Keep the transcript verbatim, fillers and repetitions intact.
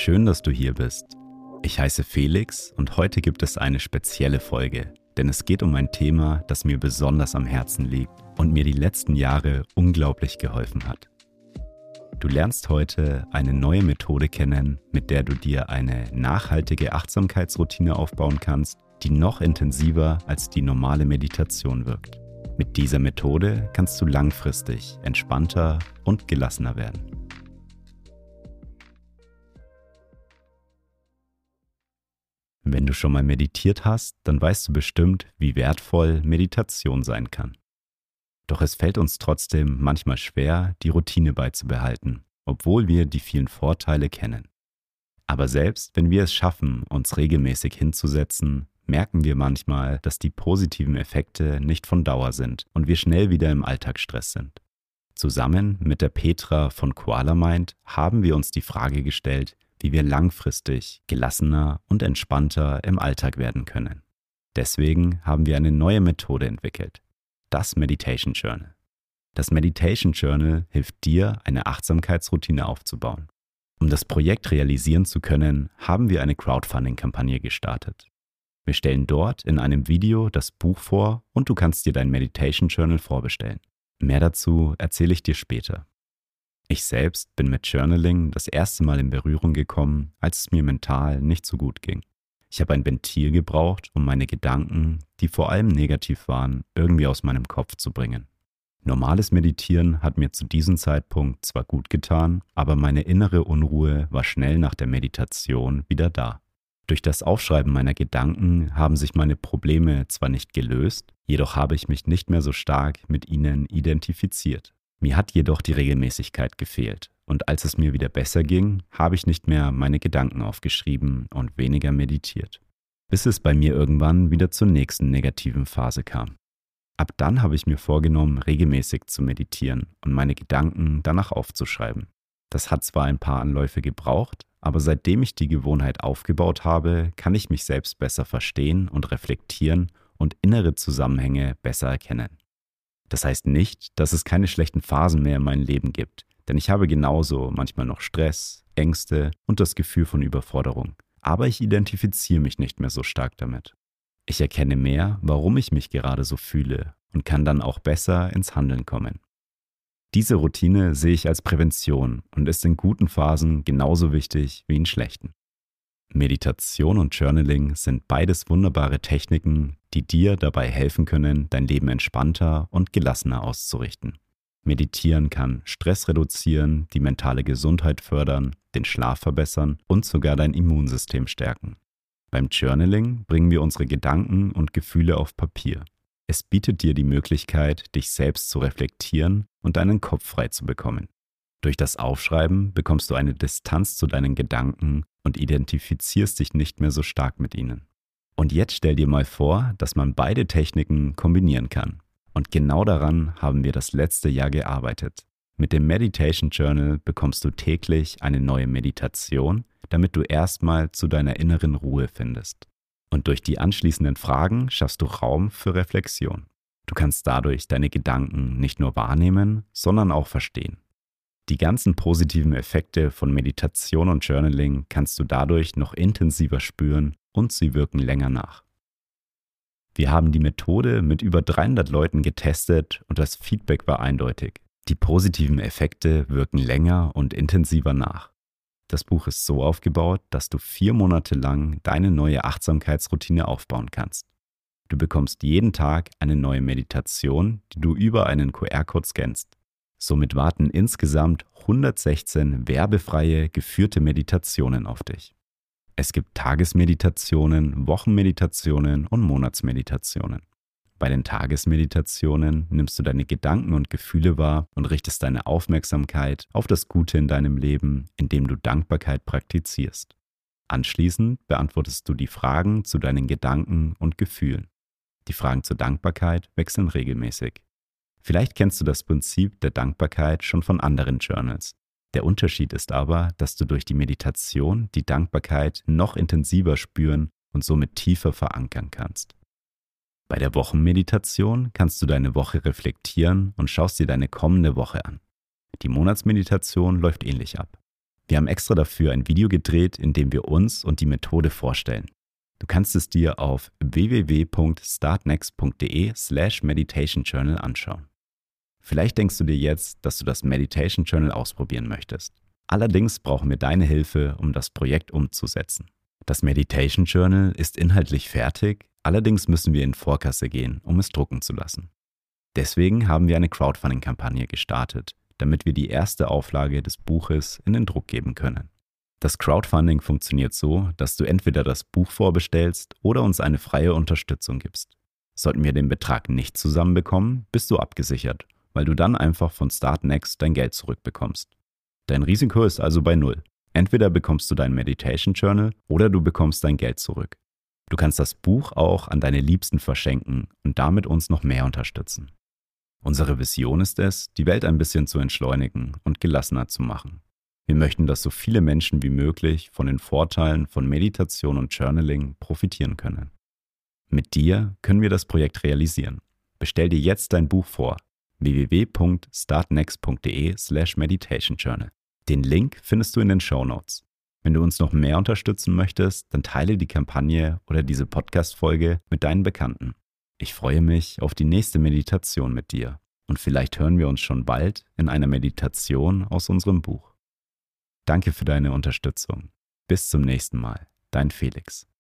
Schön, dass du hier bist. Ich heiße Felix und heute gibt es eine spezielle Folge, denn es geht um ein Thema, das mir besonders am Herzen liegt und mir die letzten Jahre unglaublich geholfen hat. Du lernst heute eine neue Methode kennen, mit der du dir eine nachhaltige Achtsamkeitsroutine aufbauen kannst, die noch intensiver als die normale Meditation wirkt. Mit dieser Methode kannst du langfristig entspannter und gelassener werden. Wenn du schon mal meditiert hast, dann weißt du bestimmt, wie wertvoll Meditation sein kann. Doch es fällt uns trotzdem manchmal schwer, die Routine beizubehalten, obwohl wir die vielen Vorteile kennen. Aber selbst wenn wir es schaffen, uns regelmäßig hinzusetzen, merken wir manchmal, dass die positiven Effekte nicht von Dauer sind und wir schnell wieder im Alltagsstress sind. Zusammen mit der Petra von Koala Mind haben wir uns die Frage gestellt, wie wir langfristig gelassener und entspannter im Alltag werden können. Deswegen haben wir eine neue Methode entwickelt, das Meditation Journal. Das Meditation Journal hilft dir, eine Achtsamkeitsroutine aufzubauen. Um das Projekt realisieren zu können, haben wir eine Crowdfunding-Kampagne gestartet. Wir stellen dort in einem Video das Buch vor und du kannst dir dein Meditation Journal vorbestellen. Mehr dazu erzähle ich dir später. Ich selbst bin mit Journaling das erste Mal in Berührung gekommen, als es mir mental nicht so gut ging. Ich habe ein Ventil gebraucht, um meine Gedanken, die vor allem negativ waren, irgendwie aus meinem Kopf zu bringen. Normales Meditieren hat mir zu diesem Zeitpunkt zwar gut getan, aber meine innere Unruhe war schnell nach der Meditation wieder da. Durch das Aufschreiben meiner Gedanken haben sich meine Probleme zwar nicht gelöst, jedoch habe ich mich nicht mehr so stark mit ihnen identifiziert. Mir hat jedoch die Regelmäßigkeit gefehlt und als es mir wieder besser ging, habe ich nicht mehr meine Gedanken aufgeschrieben und weniger meditiert. Bis es bei mir irgendwann wieder zur nächsten negativen Phase kam. Ab dann habe ich mir vorgenommen, regelmäßig zu meditieren und meine Gedanken danach aufzuschreiben. Das hat zwar ein paar Anläufe gebraucht, aber seitdem ich die Gewohnheit aufgebaut habe, kann ich mich selbst besser verstehen und reflektieren und innere Zusammenhänge besser erkennen. Das heißt nicht, dass es keine schlechten Phasen mehr in meinem Leben gibt, denn ich habe genauso manchmal noch Stress, Ängste und das Gefühl von Überforderung. Aber ich identifiziere mich nicht mehr so stark damit. Ich erkenne mehr, warum ich mich gerade so fühle und kann dann auch besser ins Handeln kommen. Diese Routine sehe ich als Prävention und ist in guten Phasen genauso wichtig wie in schlechten. Meditation und Journaling sind beides wunderbare Techniken, die dir dabei helfen können, dein Leben entspannter und gelassener auszurichten. Meditieren kann Stress reduzieren, die mentale Gesundheit fördern, den Schlaf verbessern und sogar dein Immunsystem stärken. Beim Journaling bringen wir unsere Gedanken und Gefühle auf Papier. Es bietet dir die Möglichkeit, dich selbst zu reflektieren und deinen Kopf frei zu bekommen. Durch das Aufschreiben bekommst du eine Distanz zu deinen Gedanken und identifizierst dich nicht mehr so stark mit ihnen. Und jetzt stell dir mal vor, dass man beide Techniken kombinieren kann. Und genau daran haben wir das letzte Jahr gearbeitet. Mit dem Meditation Journal bekommst du täglich eine neue Meditation, damit du erstmal zu deiner inneren Ruhe findest. Und durch die anschließenden Fragen schaffst du Raum für Reflexion. Du kannst dadurch deine Gedanken nicht nur wahrnehmen, sondern auch verstehen. Die ganzen positiven Effekte von Meditation und Journaling kannst du dadurch noch intensiver spüren und sie wirken länger nach. Wir haben die Methode mit über dreihundert Leuten getestet und das Feedback war eindeutig. Die positiven Effekte wirken länger und intensiver nach. Das Buch ist so aufgebaut, dass du vier Monate lang deine neue Achtsamkeitsroutine aufbauen kannst. Du bekommst jeden Tag eine neue Meditation, die du über einen Q R-Code scannst. Somit warten insgesamt hundertsechzehn werbefreie, geführte Meditationen auf dich. Es gibt Tagesmeditationen, Wochenmeditationen und Monatsmeditationen. Bei den Tagesmeditationen nimmst du deine Gedanken und Gefühle wahr und richtest deine Aufmerksamkeit auf das Gute in deinem Leben, indem du Dankbarkeit praktizierst. Anschließend beantwortest du die Fragen zu deinen Gedanken und Gefühlen. Die Fragen zur Dankbarkeit wechseln regelmäßig. Vielleicht kennst du das Prinzip der Dankbarkeit schon von anderen Journals. Der Unterschied ist aber, dass du durch die Meditation die Dankbarkeit noch intensiver spüren und somit tiefer verankern kannst. Bei der Wochenmeditation kannst du deine Woche reflektieren und schaust dir deine kommende Woche an. Die Monatsmeditation läuft ähnlich ab. Wir haben extra dafür ein Video gedreht, in dem wir uns und die Methode vorstellen. Du kannst es dir auf w w w punkt startnext punkt d e slash meditation journal anschauen. Vielleicht denkst du dir jetzt, dass du das Meditation Journal ausprobieren möchtest. Allerdings brauchen wir deine Hilfe, um das Projekt umzusetzen. Das Meditation Journal ist inhaltlich fertig, allerdings müssen wir in Vorkasse gehen, um es drucken zu lassen. Deswegen haben wir eine Crowdfunding-Kampagne gestartet, damit wir die erste Auflage des Buches in den Druck geben können. Das Crowdfunding funktioniert so, dass du entweder das Buch vorbestellst oder uns eine freie Unterstützung gibst. Sollten wir den Betrag nicht zusammenbekommen, bist du abgesichert, weil du dann einfach von Startnext dein Geld zurückbekommst. Dein Risiko ist also bei Null. Entweder bekommst du dein Meditation Journal oder du bekommst dein Geld zurück. Du kannst das Buch auch an deine Liebsten verschenken und damit uns noch mehr unterstützen. Unsere Vision ist es, die Welt ein bisschen zu entschleunigen und gelassener zu machen. Wir möchten, dass so viele Menschen wie möglich von den Vorteilen von Meditation und Journaling profitieren können. Mit dir können wir das Projekt realisieren. Bestell dir jetzt dein Buch vor. w w w punkt startnext punkt d e slash meditation journal. Den Link findest du in den Shownotes. Wenn du uns noch mehr unterstützen möchtest, dann teile die Kampagne oder diese Podcast-Folge mit deinen Bekannten. Ich freue mich auf die nächste Meditation mit dir und vielleicht hören wir uns schon bald in einer Meditation aus unserem Buch. Danke für deine Unterstützung. Bis zum nächsten Mal. Dein Felix.